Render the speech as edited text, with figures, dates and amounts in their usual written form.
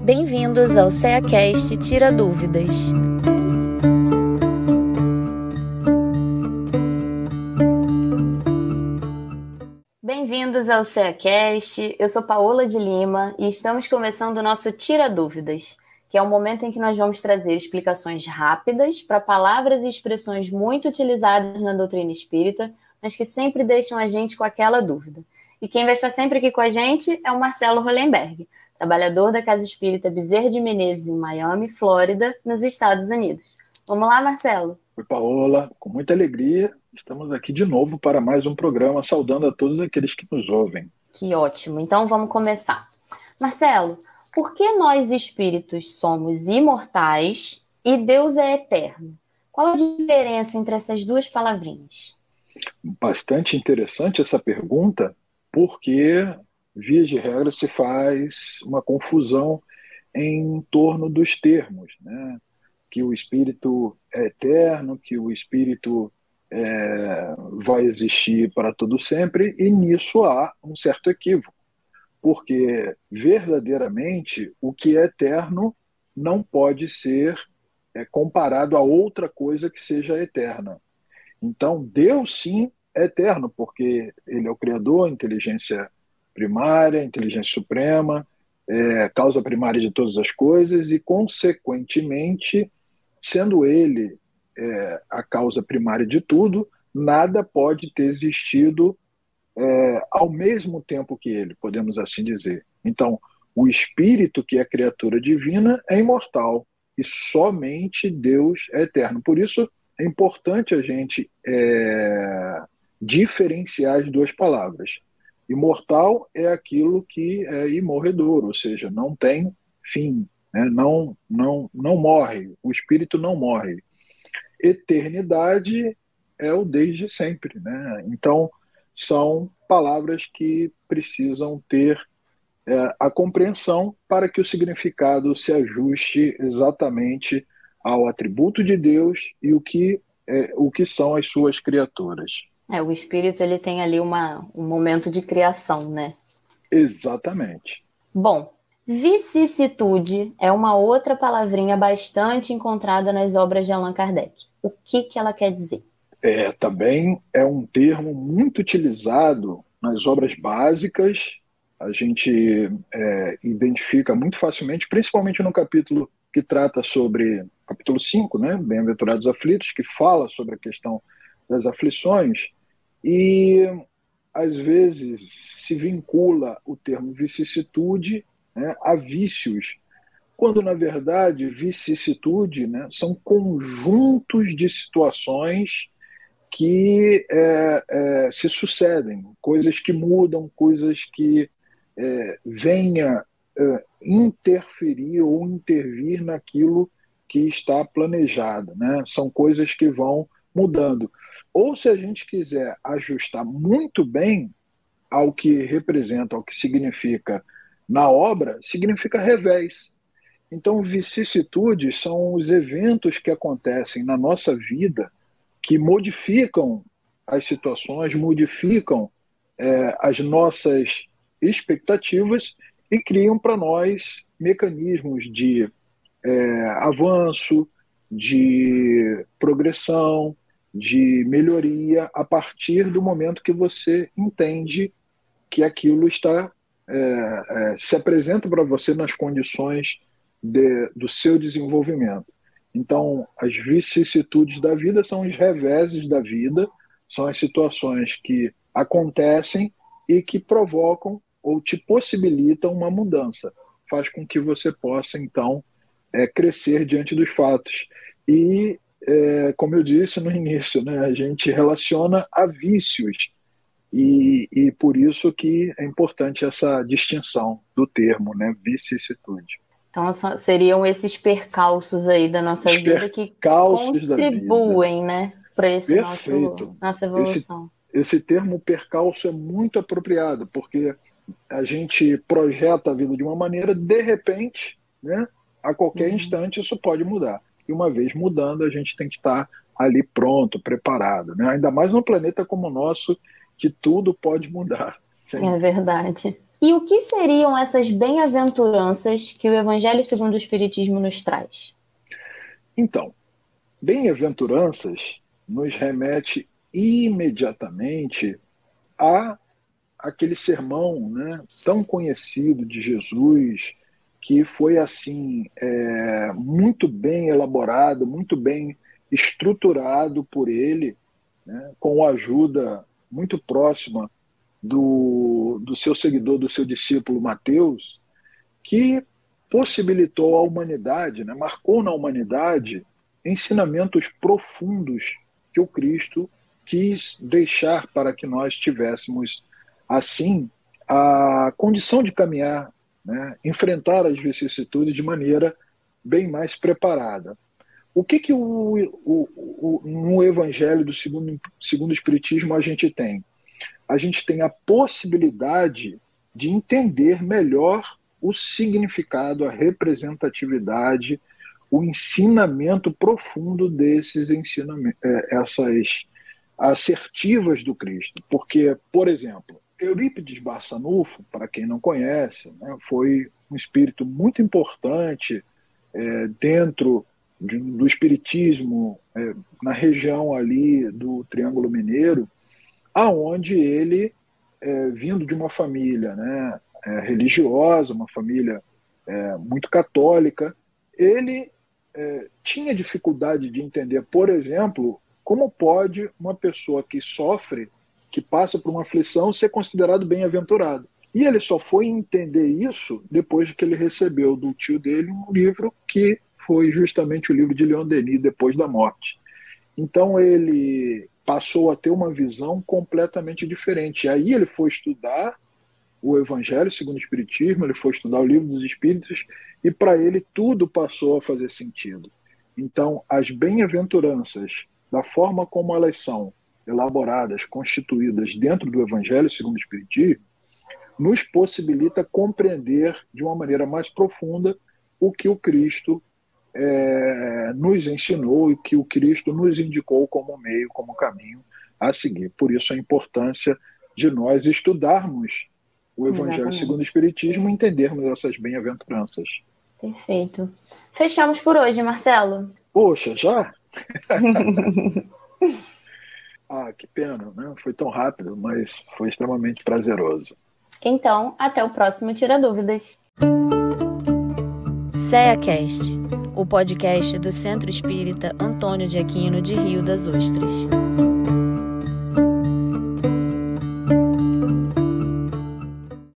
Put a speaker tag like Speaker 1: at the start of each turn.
Speaker 1: Bem-vindos ao CEACast Tira Dúvidas. Bem-vindos ao CEACast, eu sou Paola de Lima e estamos começando o nosso Tira Dúvidas, que é o momento em que nós vamos trazer explicações rápidas para palavras e expressões muito utilizadas na doutrina espírita, mas que sempre deixam a gente com aquela dúvida. E quem vai estar sempre aqui com a gente é o Marcelo Hollenberg, trabalhador da Casa Espírita Bezerra de Menezes, em Miami, Flórida, nos Estados Unidos. Vamos lá, Marcelo?
Speaker 2: Oi, Paola, com muita alegria, estamos aqui de novo para mais um programa, saudando a todos aqueles que nos ouvem.
Speaker 1: Que ótimo, então vamos começar. Marcelo, por que nós espíritos somos imortais e Deus é eterno? Qual a diferença entre essas duas palavrinhas?
Speaker 2: Bastante interessante essa pergunta, porque, via de regra, se faz uma confusão em torno dos termos, né? Que o espírito é eterno, que o espírito vai existir para todo sempre, e nisso há um certo equívoco, porque verdadeiramente o que é eterno não pode ser comparado a outra coisa que seja eterna. Então, Deus sim é eterno, porque Ele é o Criador, a inteligência primária, a inteligência suprema, causa primária de todas as coisas, e, consequentemente, sendo Ele a causa primária de tudo, nada pode ter existido ao mesmo tempo que Ele, podemos assim dizer. Então, o Espírito, que é criatura divina, é imortal, e somente Deus é eterno. Por isso, é importante a gente diferenciar as duas palavras. Imortal é aquilo que é imorredor, ou seja, não tem fim, né? Não morre, o espírito não morre. Eternidade é o desde sempre, né? Então, são palavras que precisam ter a compreensão para que o significado se ajuste exatamente ao atributo de Deus e o que são as suas criaturas.
Speaker 1: O espírito ele tem ali um momento de criação, né?
Speaker 2: Exatamente.
Speaker 1: Bom, vicissitude é uma outra palavrinha bastante encontrada nas obras de Allan Kardec. O que ela quer dizer?
Speaker 2: Também é um termo muito utilizado nas obras básicas. A gente identifica muito facilmente, principalmente no capítulo que trata sobre, capítulo 5, né, Bem-aventurados aflitos, que fala sobre a questão das aflições, e às vezes se vincula o termo vicissitude, né, a vícios, quando na verdade vicissitude, né, são conjuntos de situações que se sucedem, coisas que mudam, coisas que venha interferir ou intervir naquilo que está planejado, né? São coisas que vão mudando. Ou se a gente quiser ajustar muito bem ao que representa, ao que significa na obra, significa revés. Então, vicissitudes são os eventos que acontecem na nossa vida que modificam as situações, modificam as nossas expectativas e criam para nós mecanismos de avanço, de progressão, de melhoria a partir do momento que você entende que aquilo está se apresenta para você nas condições do seu desenvolvimento. Então, as vicissitudes da vida são os reveses da vida, são as situações que acontecem e que provocam ou te possibilitam uma mudança. Faz com que você possa, então, crescer diante dos fatos. E, como eu disse no início, né, a gente relaciona a vícios. E por isso que é importante essa distinção do termo, né, vicissitude.
Speaker 1: Então, seriam esses percalços aí da nossa vida que contribuem, né, para nossa evolução.
Speaker 2: Esse termo percalço é muito apropriado, porque a gente projeta a vida de uma maneira, de repente, né, a qualquer instante isso pode mudar. E uma vez mudando, a gente tem que estar ali pronto, preparado, né? Ainda mais num planeta como o nosso, que tudo pode mudar.
Speaker 1: É verdade. E o que seriam essas bem-aventuranças que o Evangelho segundo o Espiritismo nos traz?
Speaker 2: Então, bem-aventuranças nos remete imediatamente a aquele sermão, né, tão conhecido de Jesus, que foi assim muito bem elaborado, muito bem estruturado por ele, né, com a ajuda muito próxima do seu seguidor, do seu discípulo Mateus, que possibilitou à humanidade, né, marcou na humanidade ensinamentos profundos que o Cristo quis deixar para que nós tivéssemos, assim, a condição de caminhar, né, enfrentar as vicissitudes de maneira bem mais preparada. O que no Evangelho do segundo Espiritismo a gente tem? A gente tem a possibilidade de entender melhor o significado, a representatividade, o ensinamento profundo desses ensinamentos, essas assertivas do Cristo. Porque, por exemplo, Eurípides Barçanufo, para quem não conhece, né, foi um espírito muito importante dentro do espiritismo, na região ali do Triângulo Mineiro, aonde ele, vindo de uma família, né, religiosa, uma família muito católica, ele tinha dificuldade de entender, por exemplo, como pode uma pessoa que sofre, que passa por uma aflição, ser considerado bem-aventurado. E ele só foi entender isso depois que ele recebeu do tio dele um livro que foi justamente o livro de Leon Denis, Depois da Morte. Então ele passou a ter uma visão completamente diferente. Aí ele foi estudar o Evangelho segundo o Espiritismo, ele foi estudar o Livro dos Espíritos, e para ele tudo passou a fazer sentido. Então, as bem-aventuranças, da forma como elas são elaboradas, constituídas dentro do Evangelho segundo o Espiritismo, nos possibilita compreender de uma maneira mais profunda o que o Cristo nos ensinou e que o Cristo nos indicou como meio, como caminho a seguir. Por isso a importância de nós estudarmos o Evangelho segundo o Espiritismo e entendermos essas bem-aventuranças.
Speaker 1: Perfeito. Fechamos por hoje, Marcelo.
Speaker 2: Poxa, já? Que pena, né? Foi tão rápido, mas foi extremamente prazeroso.
Speaker 1: Então, até o próximo Tira Dúvidas.
Speaker 3: CEACast, o podcast do Centro Espírita Antônio de Aquino de Rio das Ostras.